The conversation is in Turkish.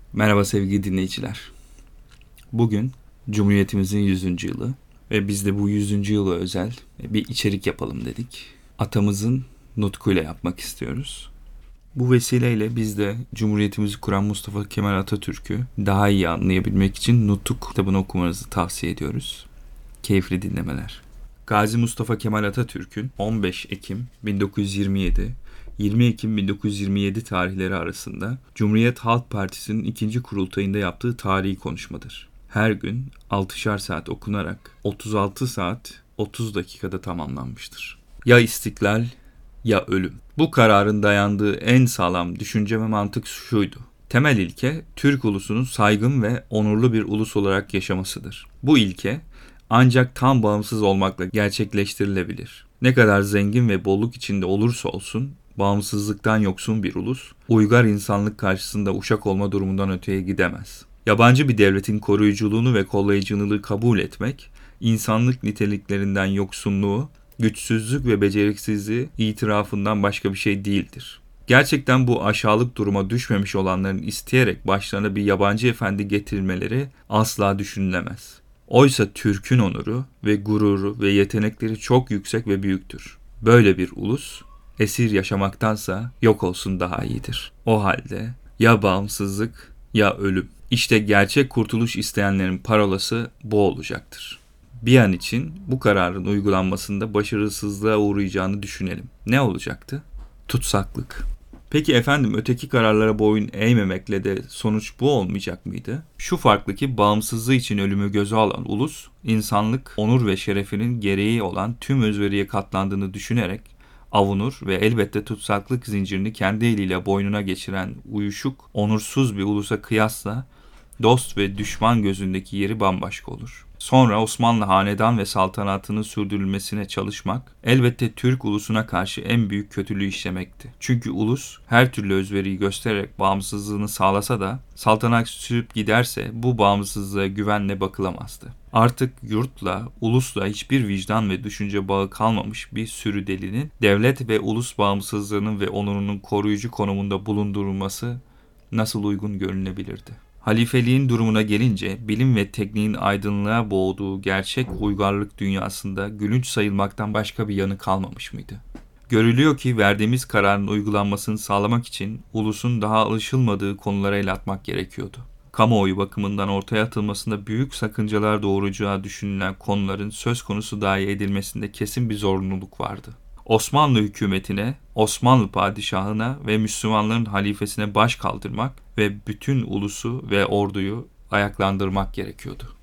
Merhaba sevgili dinleyiciler. Bugün Cumhuriyetimizin 100. yılı ve biz de bu 100. yıla özel bir içerik yapalım dedik. Atamızın nutkuyla yapmak istiyoruz. Bu vesileyle biz de Cumhuriyetimizi kuran Mustafa Kemal Atatürk'ü daha iyi anlayabilmek için Nutuk kitabını okumanızı tavsiye ediyoruz. Keyifli dinlemeler. Gazi Mustafa Kemal Atatürk'ün 15 Ekim 1927 20 Ekim 1927 tarihleri arasında Cumhuriyet Halk Partisi'nin 2. kurultayında yaptığı tarihi konuşmadır. Her gün 6'şar saat okunarak 36 saat 30 dakikada tamamlanmıştır. Ya istiklal ya ölüm. Bu kararın dayandığı en sağlam düşünce ve mantık şuydu. Temel ilke Türk ulusunun saygın ve onurlu bir ulus olarak yaşamasıdır. Bu ilke ancak tam bağımsız olmakla gerçekleştirilebilir. Ne kadar zengin ve bolluk içinde olursa olsun, bağımsızlıktan yoksun bir ulus, uygar insanlık karşısında uşak olma durumundan öteye gidemez. Yabancı bir devletin koruyuculuğunu ve kollayıcılığı kabul etmek, insanlık niteliklerinden yoksunluğu, güçsüzlük ve beceriksizliği itirafından başka bir şey değildir. Gerçekten bu aşağılık duruma düşmemiş olanların isteyerek başlarına bir yabancı efendi getirilmeleri asla düşünülemez. Oysa Türk'ün onuru ve gururu ve yetenekleri çok yüksek ve büyüktür. Böyle bir ulus, esir yaşamaktansa yok olsun daha iyidir. O halde ya bağımsızlık ya ölüm. İşte gerçek kurtuluş isteyenlerin parolası bu olacaktır. Bir an için bu kararın uygulanmasında başarısızlığa uğrayacağını düşünelim. Ne olacaktı? Tutsaklık. Peki efendim öteki kararlara boyun eğmemekle de sonuç bu olmayacak mıydı? Şu farklı ki bağımsızlığı için ölümü göze alan ulus, insanlık, onur ve şerefinin gereği olan tüm özveriye katlandığını düşünerek avunur ve elbette tutsaklık zincirini kendi eliyle boynuna geçiren uyuşuk, onursuz bir ulusa kıyasla dost ve düşman gözündeki yeri bambaşka olur. Sonra Osmanlı hanedan ve saltanatının sürdürülmesine çalışmak elbette Türk ulusuna karşı en büyük kötülüğü işlemekti. Çünkü ulus her türlü özveriyi göstererek bağımsızlığını sağlasa da saltanat sürüp giderse bu bağımsızlığa güvenle bakılamazdı. Artık yurtla, ulusla hiçbir vicdan ve düşünce bağı kalmamış bir sürü delinin devlet ve ulus bağımsızlığının ve onurunun koruyucu konumunda bulundurulması nasıl uygun görünebilirdi? Halifeliğin durumuna gelince bilim ve tekniğin aydınlığa boğduğu gerçek uygarlık dünyasında gülünç sayılmaktan başka bir yanı kalmamış mıydı? Görülüyor ki verdiğimiz kararın uygulanmasını sağlamak için ulusun daha alışılmadığı konulara el atmak gerekiyordu. Kamuoyu bakımından ortaya atılmasında büyük sakıncalar doğuracağı düşünülen konuların söz konusu dahi edilmesinde kesin bir zorunluluk vardı. Osmanlı hükümetine, Osmanlı padişahına ve Müslümanların halifesine baş kaldırmak ve bütün ulusu ve orduyu ayaklandırmak gerekiyordu.